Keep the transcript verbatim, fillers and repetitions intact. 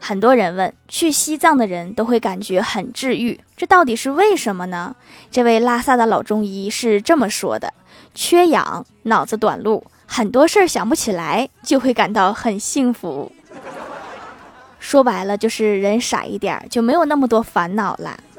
很多人问，去西藏的人都会感觉很治愈，这到底是为什么呢？这位拉萨的老中医是这么说的：缺氧，脑子短路，很多事儿想不起来，就会感到很幸福。说白了就是人傻一点，就没有那么多烦恼了。